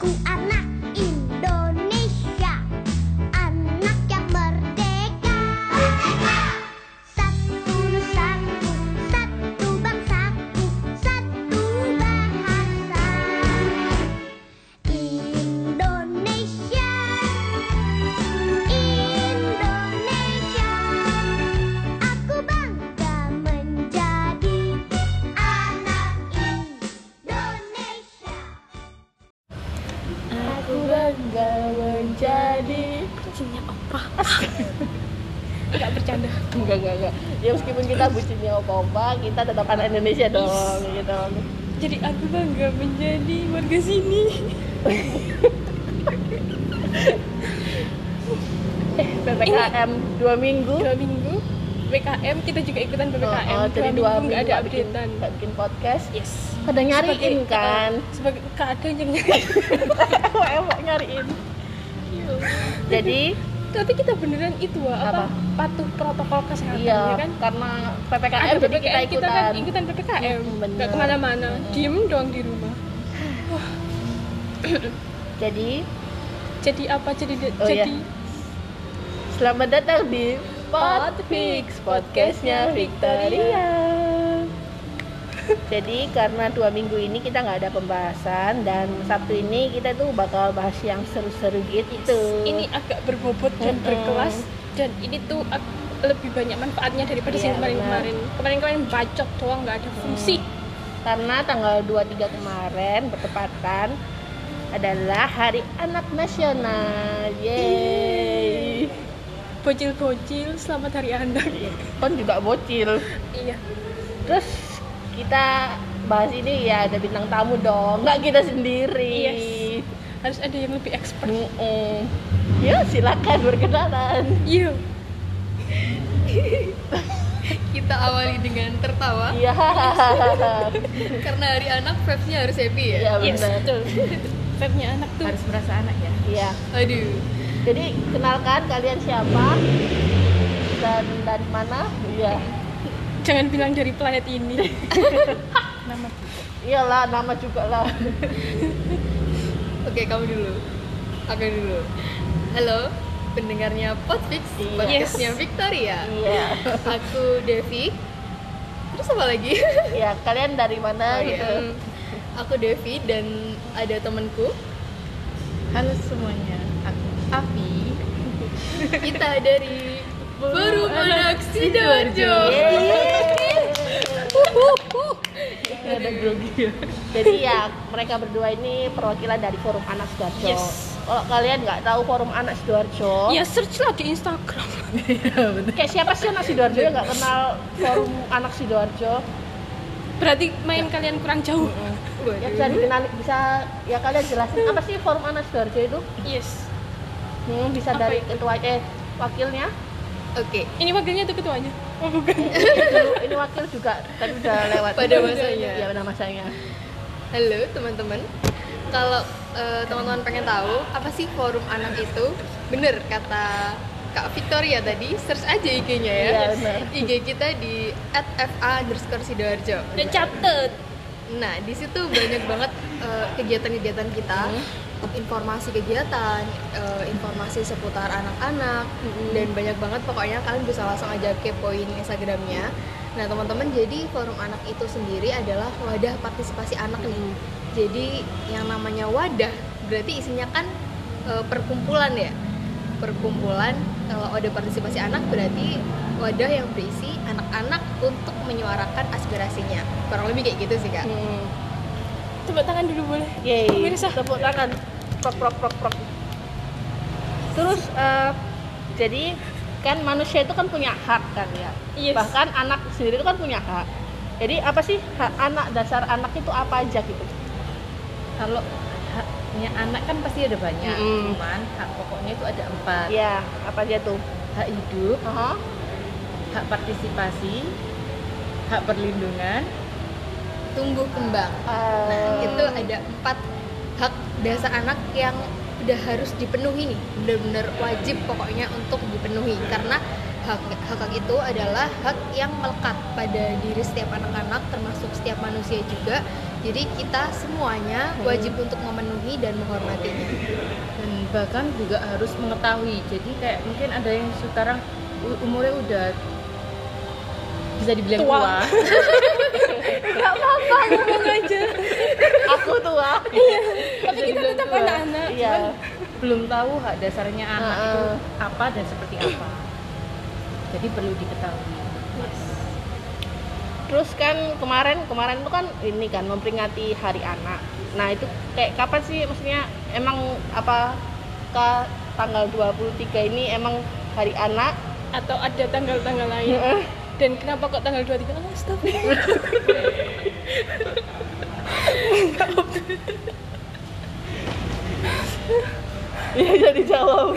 Aku anak Indonesia, anak yang merdeka. Satu nusaku, satu bangsaku, satu bahasa. Indonesia, Indonesia. Aku bangga menjadi anak Indonesia. Aku bangga menjadi Bucinnya opa. Enggak bercanda. enggak. Ya meskipun kita bucinnya opa-opa, kita tetap anak Indonesia dong, gitu. Jadi aku bangga menjadi warga sini. PPKM 2 minggu. 2 minggu PKM, kita juga ikutan PPKM. Jadi 2 nggak minggu ada nggak bikin, updatean. nggak bikin podcast. Yes. Pada nyariin kan. Sebagai kadang yang nyariin. Emang nyariin. Jadi Tapi kita beneran itu Apa? patuh protokol kesehatan iya, ya kan? karena PPKM Ada jadi PPKM, kita kan ikutan. ikutan PPKM. bener. Nggak kemana-mana, diem doang di rumah. Jadi Apa? Jadi Oh, iya. selamat datang di Podfix, podcastnya Victoria. Jadi karena 2 minggu ini kita nggak ada pembahasan, dan Sabtu ini kita tuh bakal bahas yang seru-seru gitu. Ini agak berbobot dan berkelas, dan ini tuh lebih banyak manfaatnya daripada Iya, yang kemarin-kemarin. Kemarin-kemarin bacot doang, nggak ada fungsi. Karena tanggal 23 kemarin bertepatan adalah Hari Anak Nasional. Yeay. Bocil-bocil, selamat hari anak. Kan juga bocil. Iya. Terus kita bahas ini ya ada bintang tamu dong, nggak kita sendiri. Yes. Harus ada yang lebih expert. Ya silakan berkenalan. Iya. Kita awali dengan tertawa Iya. karena hari anak vibes-nya harus happy ya. Iya Yes, benar. betul. Vibe-nya anak tuh Harus merasa anak ya. Iya. Aduh. Jadi kenalkan kalian siapa dan dari mana? Iya. jangan bilang dari planet ini. Nama Iyalah, nama juga lah. Oke, kamu dulu. Aku dulu. Halo, pendengarnya Podfix, Iya. podcastnya Victoria. Iya. Aku Devi. Terus apa lagi? Ya, kalian dari mana Oh, iya. gitu? Aku Devi dan ada temanku. Halo semuanya, aku Api. Kita dari Forum Anak Sidoarjo. Ada grogi. Jadi ya mereka berdua ini perwakilan dari Forum Anak Sidoarjo. Yes. Kalau kalian nggak tahu Forum Anak Sidoarjo, ya search lah di Instagram. kayak siapa sih anak Sidoarjo yang nggak kenal Forum Anak Sidoarjo? Berarti main kalian kurang jauh. Ya bisa dikenali, bisa ya kalian jelasin apa sih Forum Anak Sidoarjo itu? Yes. Bisa Apa dari itu? ketua wakilnya. Oke, Ini wakilnya atau ketuanya? Oh, bukan. Ini wakil juga tadi udah lewat. Pada masanya. Iya, pada masanya. halo teman-teman. Kalau teman-teman pengen tahu apa sih Forum Anak itu, bener kata Kak Victoria tadi, search aja IG-nya ya. Iya, benar. IG kita di @fa_sidoarjo. Dan catet. Nah, di situ banyak banget kegiatan-kegiatan kita, informasi kegiatan, informasi seputar anak-anak, dan banyak banget pokoknya kalian bisa langsung aja kepoin Instagramnya. Nah, teman-teman, jadi Forum Anak itu sendiri adalah wadah partisipasi anak nih. Jadi yang namanya wadah berarti isinya kan perkumpulan ya. Perkumpulan, kalau ada partisipasi anak berarti wadah yang berisi anak-anak untuk menyuarakan aspirasinya. Kurang lebih kayak gitu sih, Kak. Tepuk tangan dulu boleh? Yeay, Pemirsa. tepuk tangan. Prok. Terus jadi kan manusia itu kan punya hak kan ya. Yes. Bahkan anak sendiri itu kan punya hak. Jadi apa sih hak anak, dasar anak itu apa aja gitu? Kalau haknya anak kan pasti ada banyak, cuman hak pokoknya itu ada 4. Ya, apa aja tuh? Hak hidup, Aha. hak partisipasi, hak perlindungan, Tumbuh kembang. Nah, itu ada 4 hak dasar anak yang udah harus dipenuhi nih, benar-benar wajib pokoknya untuk dipenuhi, karena hak itu adalah hak yang melekat pada diri setiap anak-anak, termasuk setiap manusia juga. Jadi kita semuanya wajib untuk memenuhi dan menghormatinya. Dan bahkan juga harus mengetahui. Jadi kayak mungkin ada yang sekarang umurnya udah bisa dibilang Tua. tua. Nggak apa-apa, Ngomong aja. aku tua. Tapi kita tetap anak-anak. Iya. Cuman Belum tahu hak dasarnya anak itu Heeh. apa dan seperti apa. Jadi perlu diketahui. Terus kan kemarin itu kan ini kan memperingati Hari Anak. Nah, itu kayak kapan sih, maksudnya emang apa tanggal 23 ini emang Hari Anak atau ada tanggal-tanggal lain. Dan kenapa kok tanggal 23? Oh, stop. Iya, jadi jawab.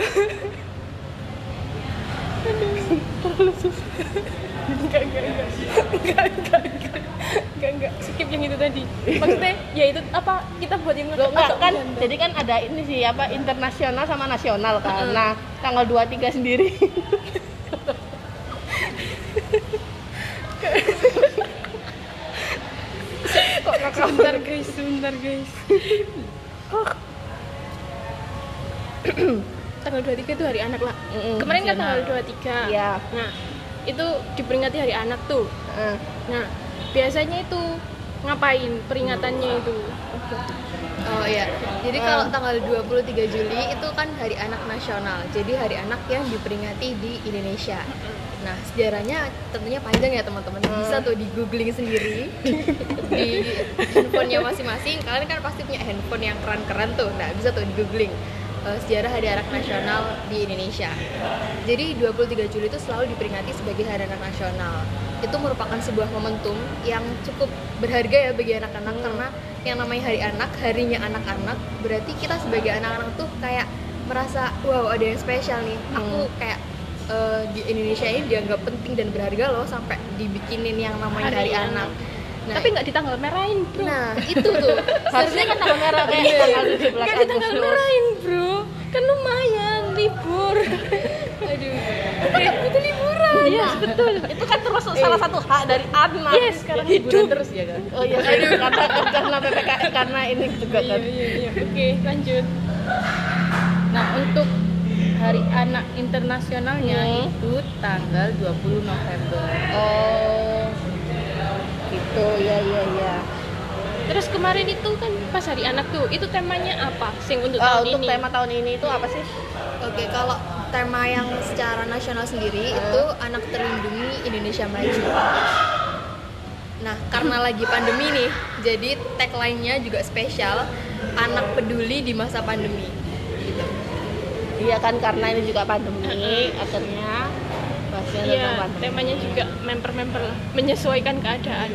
Enggak. Skip yang itu tadi. Maksudnya ya itu apa kita buat yang Loh, enggak agak kan, menjantai. jadi kan ada ini sih apa internasional sama nasional kan. Nah, tanggal 23 sendiri. Kok nggak Sebentar guys. Tanggal 23 itu hari anak lah. Kemarin kan tanggal 23. Iya. Nah, itu diperingati hari anak tuh. Heeh. Nah, biasanya itu ngapain peringatannya itu? Oh iya, jadi kalau tanggal 23 Juli itu kan Hari Anak Nasional. Jadi hari anak yang diperingati di Indonesia. Nah, sejarahnya tentunya panjang ya teman-teman. Bisa tuh di googling sendiri di handphonenya masing-masing. Kalian kan pasti punya handphone yang keren-keren tuh. Nah, bisa tuh di googling sejarah Hari Anak Nasional di Indonesia. Jadi 23 Juli itu selalu diperingati sebagai Hari Anak Nasional. Itu merupakan sebuah momentum yang cukup berharga ya bagi anak-anak, karena yang namanya Hari Anak, harinya anak-anak, berarti kita sebagai anak-anak tuh kayak merasa wow ada yang spesial nih. Aku kayak di Indonesia ini dianggap penting dan berharga loh sampai dibikinin yang namanya Hari Anak. Nah, Tapi nggak di tanggal merahin, bro. nah itu tuh Harusnya kan tanggal merah kayak tanggal 17 Nggak di tanggal Agustus. merahin, bro. Kan lumayan libur. aduh itu liburan. Iya, betul. Itu kan terus salah satu hak dari anak. Yes, sekarang hidup Terus ya kan. Oh iya, karena PPKM, karena ini juga kan. Iya. Oke, lanjut. Nah, untuk Hari Anak Internasionalnya itu tanggal 20 November. Oh, gitu ya. Terus kemarin itu kan pas hari anak tuh, itu temanya apa? Sing untuk tahun Untuk ini. tema tahun ini itu apa sih? Oke, kalau tema yang secara nasional sendiri itu anak terlindungi Indonesia maju. Nah, karena lagi pandemi nih, jadi tagline-nya juga spesial, anak peduli di masa pandemi. Gitu. Iya kan, karena ini juga pandemi, akhirnya bahasnya tentang Iya, pandemi. temanya juga member-member lah, menyesuaikan keadaan.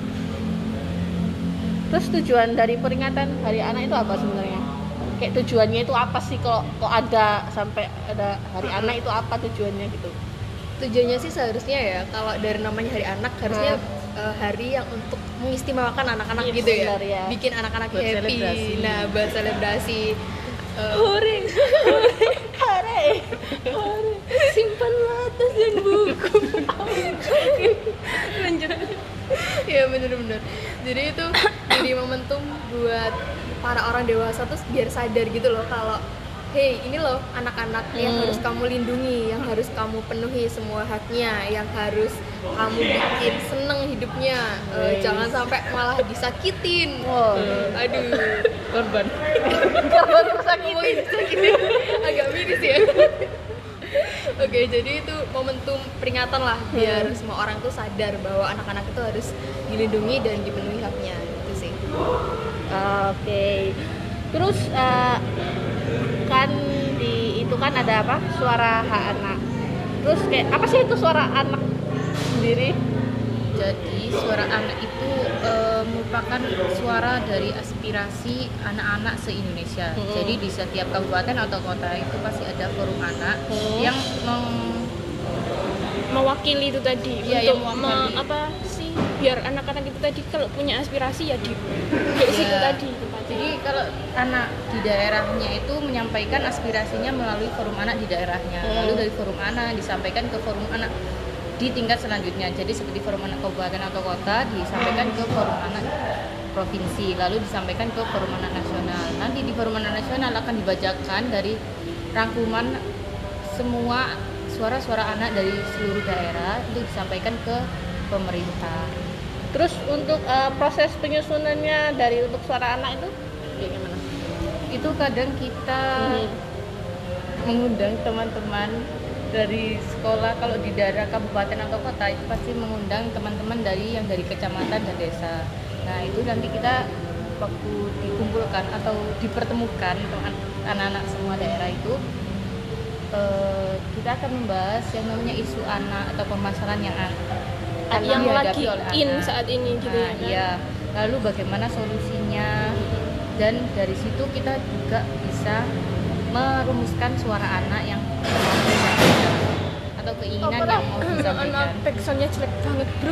Terus tujuan dari peringatan Hari Anak itu apa sebenarnya? Kayak tujuannya itu apa sih, kok ada sampai ada Hari Anak itu apa tujuannya gitu? Tujuannya sih seharusnya ya, kalau dari namanya Hari Anak harusnya hari yang untuk mengistimewakan anak-anak Yes, gitu ya. benar ya. Bikin anak-anak Buat happy. selebrasi. Nah, buat selebrasi. Hore, Hore. simpanlah tas dan buku. Lanjut. Ya bener-bener. Jadi itu jadi momentum buat para orang dewasa tuh biar sadar gitu loh kalau hey, ini loh anak-anak yang harus kamu lindungi, yang harus kamu penuhi semua haknya, yang harus kamu bikin seneng hidupnya. Jangan sampai malah disakitin. Wow. Aduh, Korban. ngomongin disakitin agak miris ya. Oke, jadi itu momentum peringatan lah biar semua orang tuh sadar bahwa anak-anak itu harus dilindungi dan dipenuhi haknya. Itu sih. Oke. Terus kan itu kan ada apa? Suara hak anak. Terus kayak apa sih itu suara anak sendiri? Jadi suara anak itu merupakan suara dari aspirasi anak-anak se-Indonesia. Jadi di setiap kabupaten atau kota itu pasti ada forum anak yang Mewakili itu tadi Iya, untuk yang mewakili. apa sih biar anak-anak itu tadi kalau punya aspirasi ya di situ Iya. tadi tempatnya. Jadi kalau anak di daerahnya itu menyampaikan aspirasinya melalui forum anak di daerahnya. Lalu dari forum anak disampaikan ke forum anak di tingkat selanjutnya. Jadi seperti forum anak kabupaten atau kota disampaikan ke forum anak provinsi, lalu disampaikan ke Forum Anak Nasional. Nanti di Forum Anak Nasional akan dibacakan dari rangkuman semua suara-suara anak dari seluruh daerah untuk disampaikan ke pemerintah. Terus untuk proses penyusunannya dari untuk suara anak itu kayak gimana? Itu kadang kita mengundang teman-teman dari sekolah, kalau di daerah kabupaten atau kota itu pasti mengundang teman-teman dari kecamatan dan desa. Nah itu nanti kita waktu dikumpulkan atau dipertemukan anak-anak semua daerah itu, kita akan membahas yang namanya isu anak atau permasalahan yang dihadapi lagi oleh in anak saat ini gitu Nah, ya kan? iya. Lalu bagaimana solusinya, dan dari situ kita juga bisa merumuskan suara anak yang atau keinginan yang mau disampaikan. Anak backsoundnya jelek banget bro.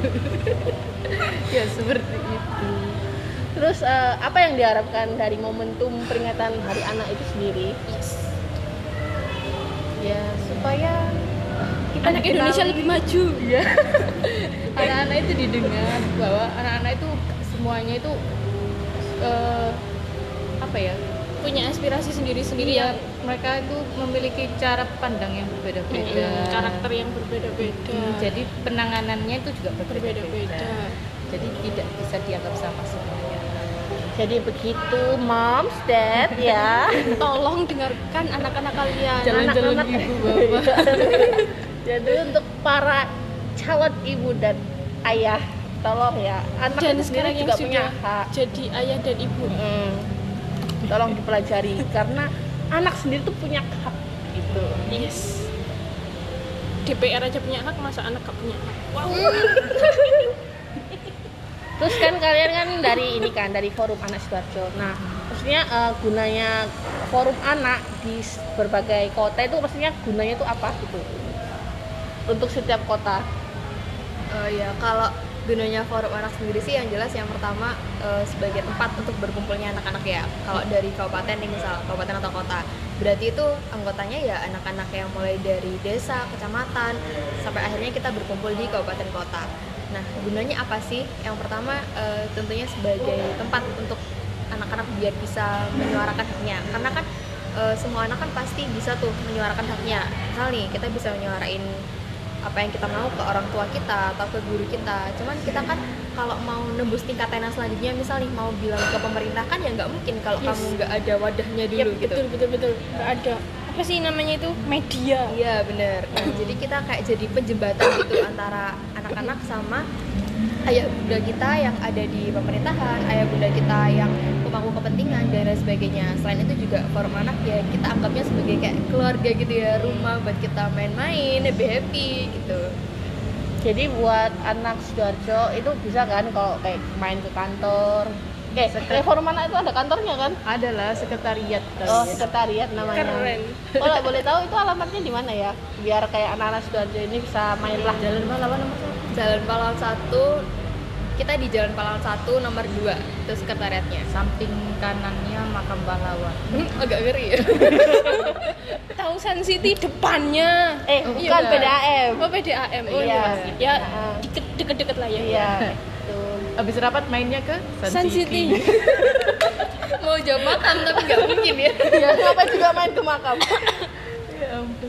Ya seperti itu. Terus apa yang diharapkan dari momentum peringatan Hari Anak itu sendiri? Ya supaya kita Anak Indonesia dikenali. lebih maju. Iya. Anak-anak itu didengar bahwa anak-anak itu semuanya itu apa ya? Punya aspirasi sendiri-sendiri Iya, yang mereka itu memiliki cara pandang yang berbeda-beda. karakter yang berbeda-beda. Jadi penanganannya itu juga berbeda-beda. Berbeda-beda. Jadi tidak bisa dianggap sama semuanya. Jadi begitu, moms, dad ya. Tolong dengarkan anak-anak kalian. Anak-anak. ibu bapak. Jadi untuk para calon ibu dan ayah, tolong ya, anak Dan itu sekarang sendiri yang juga punya sudah hak. jadi ayah dan ibu. Tolong dipelajari karena anak sendiri tuh punya hak gitu. Yes. DPR aja punya hak, masa anak gak punya hak? Wow. Terus kan kalian kan dari ini kan dari Forum Anak Sidoarjo. Nah, maksudnya gunanya Forum Anak di berbagai kota itu maksudnya gunanya itu apa gitu? Untuk setiap kota. Ya kalau gunanya Forum Anak sendiri sih yang jelas yang pertama sebagai tempat untuk berkumpulnya anak-anak ya. Kalau dari kabupaten nih misal kabupaten atau kota, berarti itu anggotanya ya anak-anak yang mulai dari desa, kecamatan sampai akhirnya kita berkumpul di kabupaten kota. Nah gunanya apa sih? Yang pertama tentunya sebagai tempat untuk anak-anak biar bisa menyuarakan haknya. Karena kan semua anak kan pasti bisa tuh menyuarakan haknya. Misal nih kita bisa menyuarain apa yang kita mau ke orang tua kita atau ke guru kita. Cuman kita kan kalau mau nembus tingkat tenan selanjutnya, misal nih mau bilang ke pemerintah kan ya nggak mungkin kalau kamu nggak ada wadahnya dulu Yap, gitu. betul. Nggak ada. Apa sih namanya itu? Media. Iya bener. Nah, jadi kita kayak jadi penjembatan gitu antara anak-anak sama ayah bunda kita yang ada di pemerintahan, ayah bunda kita yang pemangku kepentingan dan lain sebagainya. Selain itu juga Forum Anak ya kita anggapnya sebagai kayak keluarga gitu ya, rumah buat kita main-main, happy gitu. Jadi buat anak Sidoarjo itu bisa kan kalau kayak main ke kantor. Kayak Forum Anak itu ada kantornya kan? Adalah sekretariat. Oh, sekretariat namanya. Keren. Kalau boleh tahu itu alamatnya di mana ya? Biar kayak anak-anak Sidoarjo ini bisa main lah. Jalan Pahlawan nomor 1. Jalan Pahlawan 1, kita di Jalan Pahlawan 1 nomor 2 itu sekretariatnya. Samping kanannya makam pahlawan. Agak ngeri ya. Tahu Sun City depannya. Bukan PDAM. Oh PDAM. Oh Iya. iya. Ya Nah. deket-deket lah ya. Iya. Gitu. Habis rapat mainnya ke Sun City. Mau jam makan tapi nggak mungkin ya. Ya, ngapain juga main ke makam? Ya ampun.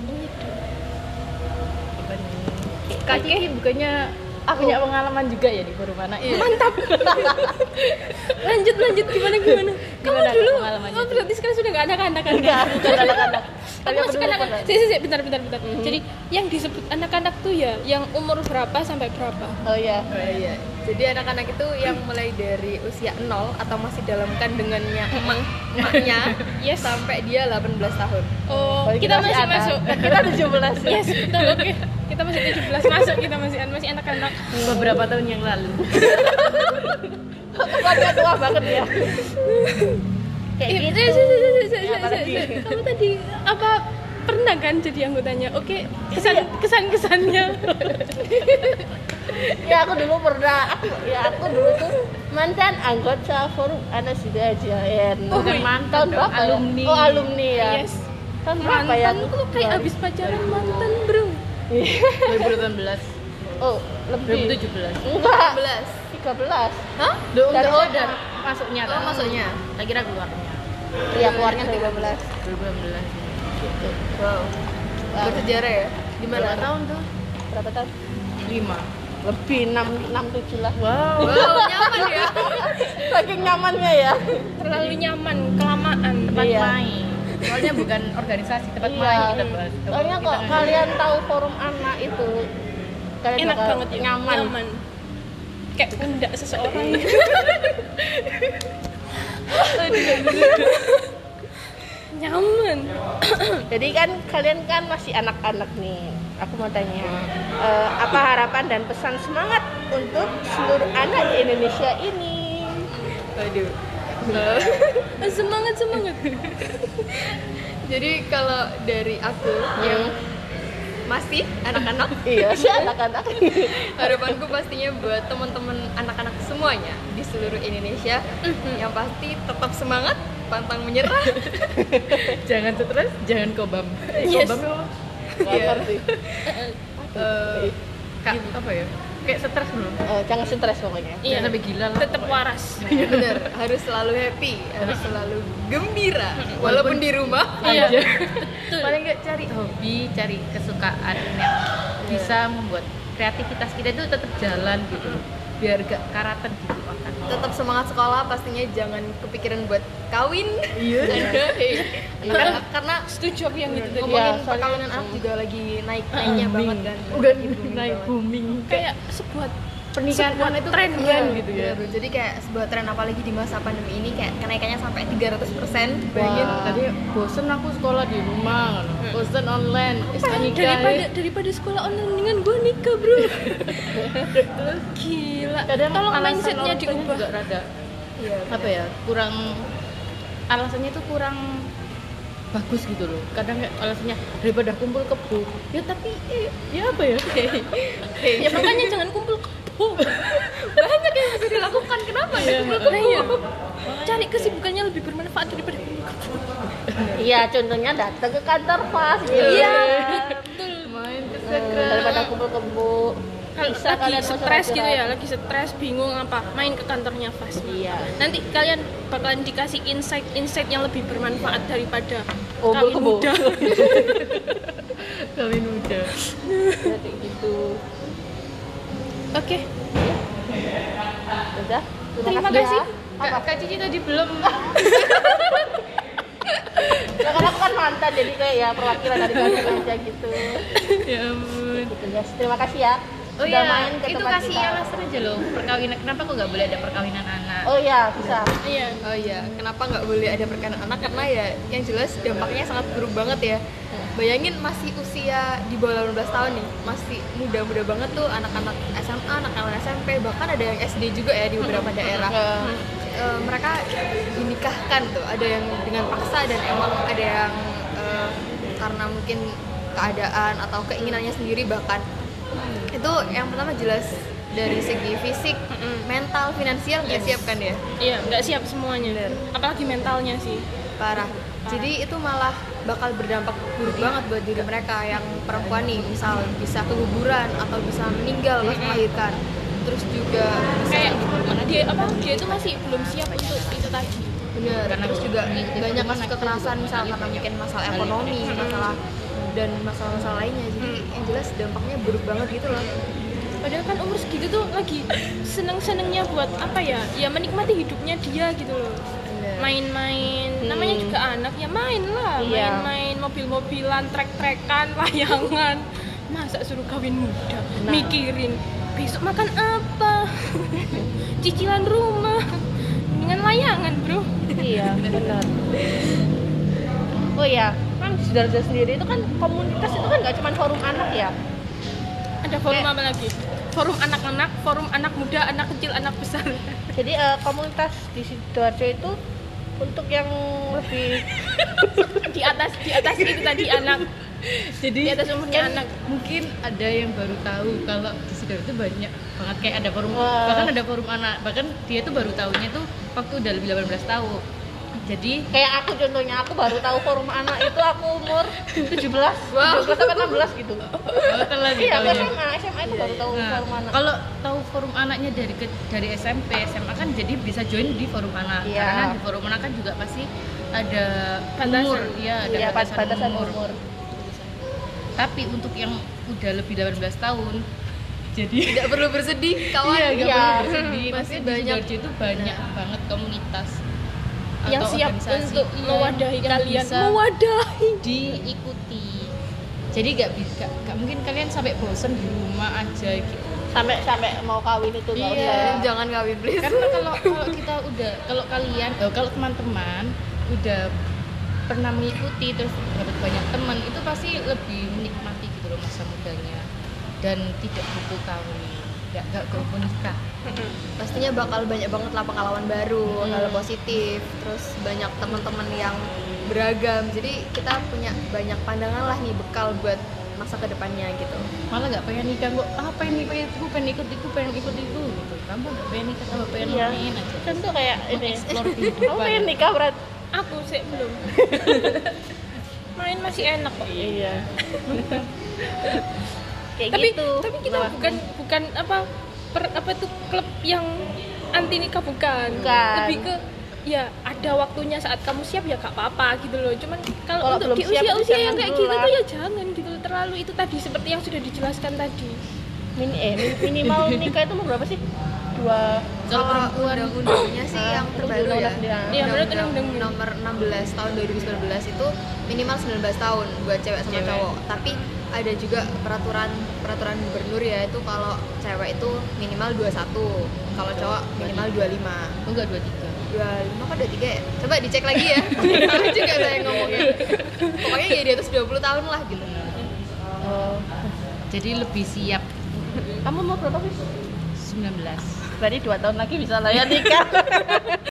Kak Kiki bukannya punya pengalaman juga ya di Forum Anak? Iya. Mantap. lanjut gimana? Gimana Kamu dulu. pengalamannya? Oh berarti sekarang sudah nggak anak-anak kan? Enggak, bukan anak-anak. Aku Tapi apa masuk dulu anak-anak. pernah? Sih, bentar. Jadi yang disebut anak-anak tuh ya yang umur berapa sampai berapa? Oh iya. Oh iya. Jadi anak-anak itu yang mulai dari usia 0 atau masih dalam kandungannya emaknya Yes. sampai dia 18 tahun. Oh, Berarti kita masih anak. masuk. Kita 17. Yes, betul. Oke. Kita masih 17 masuk, kita masih anak-anak. Beberapa tahun yang lalu. Pokoknya tua banget ya. Kayak gitu. Ya, apalagi? Kamu tadi apa pernah kan jadi anggotanya? Oke, kesan-kesannya. Ya aku dulu pernah. Aku dulu tuh mantan anggota Forum Anak Sidoarjo. Oh, Bukan iya. mantan dong, berapa ya? alumni. Oh alumni ya. Yes. Tahun berapa ya? Mantan tuh kayak abis pacaran mantan, Bro. 2018. Oh lebih. 2017. Enggak. 16. 2013. Hah? Dari Oh, SMA. dan masuknya Oh, masuknya. Tak kira keluarnya. Iya, keluarnya 2012. 2012. Gitu. Wow. Bersejarah ya. Gimana? Berapa tahun tuh? Berapa tahun? 5. Lebih 6 7 lah. Wow. Wow, nyaman ya. Saking nyamannya ya. Terlalu nyaman, kelamaan. Tempat Iya. main. Soalnya bukan organisasi, tempat Iya. main kita bahas. Soalnya Kita kok kalian tahu forum anak itu kalian Enak bakal banget ya. nyaman. Kayak pundak seseorang. Nyaman. Jadi kan kalian kan masih anak-anak nih. Aku mau tanya, apa harapan dan pesan semangat untuk seluruh anak di Indonesia ini? Waduh. Semangat. Jadi kalau dari aku yang masih anak-anak, Iya, sih anak-anak. harapanku pastinya buat teman-teman anak-anak semuanya di seluruh Indonesia yang pasti tetap semangat, pantang menyerah. jangan stres, jangan kobam. Yes. Kobam Nggak Iya. ngerti. apa ya? Kayak stres dulu. Jangan stres pokoknya. Iya. Jangan sampai gila lah. Tetap waras. Bener, harus selalu happy, harus selalu gembira, walaupun di rumah. Iya. Aja. Betul. Paling nggak cari hobi, cari kesukaan yang bisa membuat kreativitas kita itu tetap jalan gitu. Biar gak karatan gitu akan. Tetap semangat sekolah, pastinya jangan kepikiran buat kawin. Iya. Karena Setuju aku yang gitu tadi. ngomongin Iya, soalnya- perkawinan anak juga lagi naik-naiknya banget kan. Udah Booming naik banget. booming. Kayak sebuah Pernikahan sebuah itu tren keren kan gitu ya. Bener, jadi kayak sebuah tren apalagi di masa pandemi ini kayak kenaikannya sampai 300%. Bayangin. Wah. Tadi bosen aku sekolah di rumah, bosen online, nikah. daripada sekolah online mendingan gue nikah bro. Gila. Kadang Tolong alasan mindsetnya orang tuanya diubah. juga rada Iya. apa ya, kurang alasannya itu kurang bagus gitu loh. Kadang kayak alasannya daripada kumpul kebo, ya tapi ya apa ya, Ya makanya jangan kumpul kebo. Banyak yang bisa dilakukan. Kenapa ya? Nah, iya. Cari kesibukannya lebih bermanfaat daripada kumpul kebo. Iya, contohnya datang ke kantor pas gitu. Iya, betul. main ke Instagram. Daripada kumpul-kumpul. Kalau Bisa lagi kalian stres gitu curhat-curhat. ya, lagi stres bingung apa, main ke kantornya Fast. Iya. Nanti kalian bakalan dikasih insight yang lebih bermanfaat daripada Oh, kawin kebo. muda. Kawin muda. Ya, kayak gitu. Oke, Udah. Terima kasih. Apa? Kak Cici tadi belum. Ya, karena aku kan mantan jadi kayak ya perwakilan dari kalian aja gitu. Ya ampun. Gitu guys. Terima kasih ya. Oh Sudah iya, main ke itu tempat kasih kita. alasan aja loh. Perkawinan, kenapa kok nggak boleh ada perkawinan anak? Oh iya, bisa. iya. Oh iya, kenapa nggak boleh ada perkawinan anak? Karena ya yang jelas dampaknya sangat buruk banget ya. Bayangin masih usia di bawah 18 tahun nih, masih muda-muda banget tuh anak-anak SMA, anak-anak SMP, bahkan ada yang SD juga ya di beberapa daerah. Mereka dinikahkan tuh, ada yang dengan paksa dan emang ada yang karena mungkin keadaan atau keinginannya sendiri bahkan. Itu yang pertama jelas dari segi fisik, mental, finansial nggak siap kan ya? Iya, nggak siap semuanya. Apalagi mentalnya sih. Parah. Jadi itu malah bakal berdampak buruk banget buat diri mereka yang perempuan nih, misal bisa keguguran atau bisa meninggal pas melahirkan. Terus juga Kayak dia itu masih belum siap untuk itu tadi. bener. Karena Terus juga di banyak rumah kasus kita kekerasan juga misal karena mungkin masalah ekonomi, masalah dan masalah-masalah lainnya. Jadi yang jelas dampaknya buruk banget gitu loh. Padahal kan umur segitu tuh lagi seneng-senengnya buat apa ya? Ya menikmati hidupnya dia gitu loh. Bener. Main-main, namanya juga anak ya main lah, Iya. main-main mobil-mobilan, trek-trekan, layangan. Masa suruh kawin muda, Nah. mikirin besok makan apa, cicilan rumah, dengan layangan bro. Iya, benar. Oh iya, kan di Sidoarjo sendiri itu kan komunitas itu kan nggak cuma forum anak ya. Ada forum apa lagi? Forum anak-anak, forum anak muda, anak kecil, anak besar. Jadi komunitas di Sidoarjo itu untuk yang lebih di atas itu tadi anak. Jadi Di atas umurnya anak. mungkin ada yang baru tahu kalau di Sidoarjo itu banyak banget kayak ada forum, Wah. bahkan ada forum anak, bahkan dia tuh baru tahunya tuh waktu udah lebih 18 tahun. Jadi Kayak aku contohnya, aku baru tahu forum anak itu aku umur 17, 17 sampai 16 gitu. telat Iya, aku tahunya. SMA itu baru tahu Nah, forum anak. kalau tahu forum anaknya dari SMP, SMA kan jadi bisa join di forum anak. Iya. Karena di forum anak kan juga pasti ada Batasan. umur, ya ada Iya, batasan umur. umur. Tapi untuk yang udah lebih 18 tahun, jadi Tidak perlu bersedih kawan. iya, nggak Iya. perlu bersedih. Masih Masih banyak. Sidoarjo itu banyak banget komunitas yang atau siap organisasi, untuk iya, mewadahi yang kalian. bisa Mewadahi. diikuti. Jadi nggak mungkin kalian sampai bosen di rumah aja gitu. Sampai mau kawin itu nggak Iya. usah. Jangan kawin please. Karena kalau kita udah kalau teman-teman udah pernah mengikuti terus dapat banyak teman, itu pasti lebih menikmati gitu loh masa mudanya dan tidak butuh kawin, nggak perlu nikah. Pastinya bakal banyak banget lah pengalaman baru, hal positif, terus banyak teman-teman yang beragam. Jadi kita punya banyak pandangan lah nih, bekal buat masa kedepannya gitu. Malah nggak pengen nikah kok, pengen ikut itu gitu. Kamu nggak pengen nikah, kamu pengen Iya. main aja. Kan tuh kayak ini. Explore Kamu kehidupan. pengen nikah berat? Aku sih belum. Main masih enak kok. Iya. Kayak Tapi gitu. kita Nah, bukan apa itu klub yang anti nikah bukan. Bukan. Lebih ke ya ada waktunya saat kamu siap ya gak apa-apa gitu loh. Cuman Kalau kalau untuk belum di siap, usia-usia yang jangan kayak dulu gitu lah. tuh ya jangan gitu loh. Terlalu itu tadi seperti yang sudah dijelaskan tadi. minimal nikah itu umur berapa sih? Kalau Kalau perempuan undang-undangnya sih yang terbaru ya, Iya, menurut Undang-Undang undang-undang. nomor 16 tahun 2019 itu minimal 19 tahun buat cewek sama Cewek. cowok. Tapi ada juga peraturan gubernur ya, itu kalau cewek itu minimal 21, kalau cowok minimal 25. enggak 23. 25 kan 23 ya? Coba dicek lagi ya. Salah juga saya ngomongnya. Pokoknya ya di atas 20 tahun lah gitu. Oh. Jadi lebih siap. Kamu mau berapa sih? 19. Berarti 2 tahun lagi bisa lah ya nikah.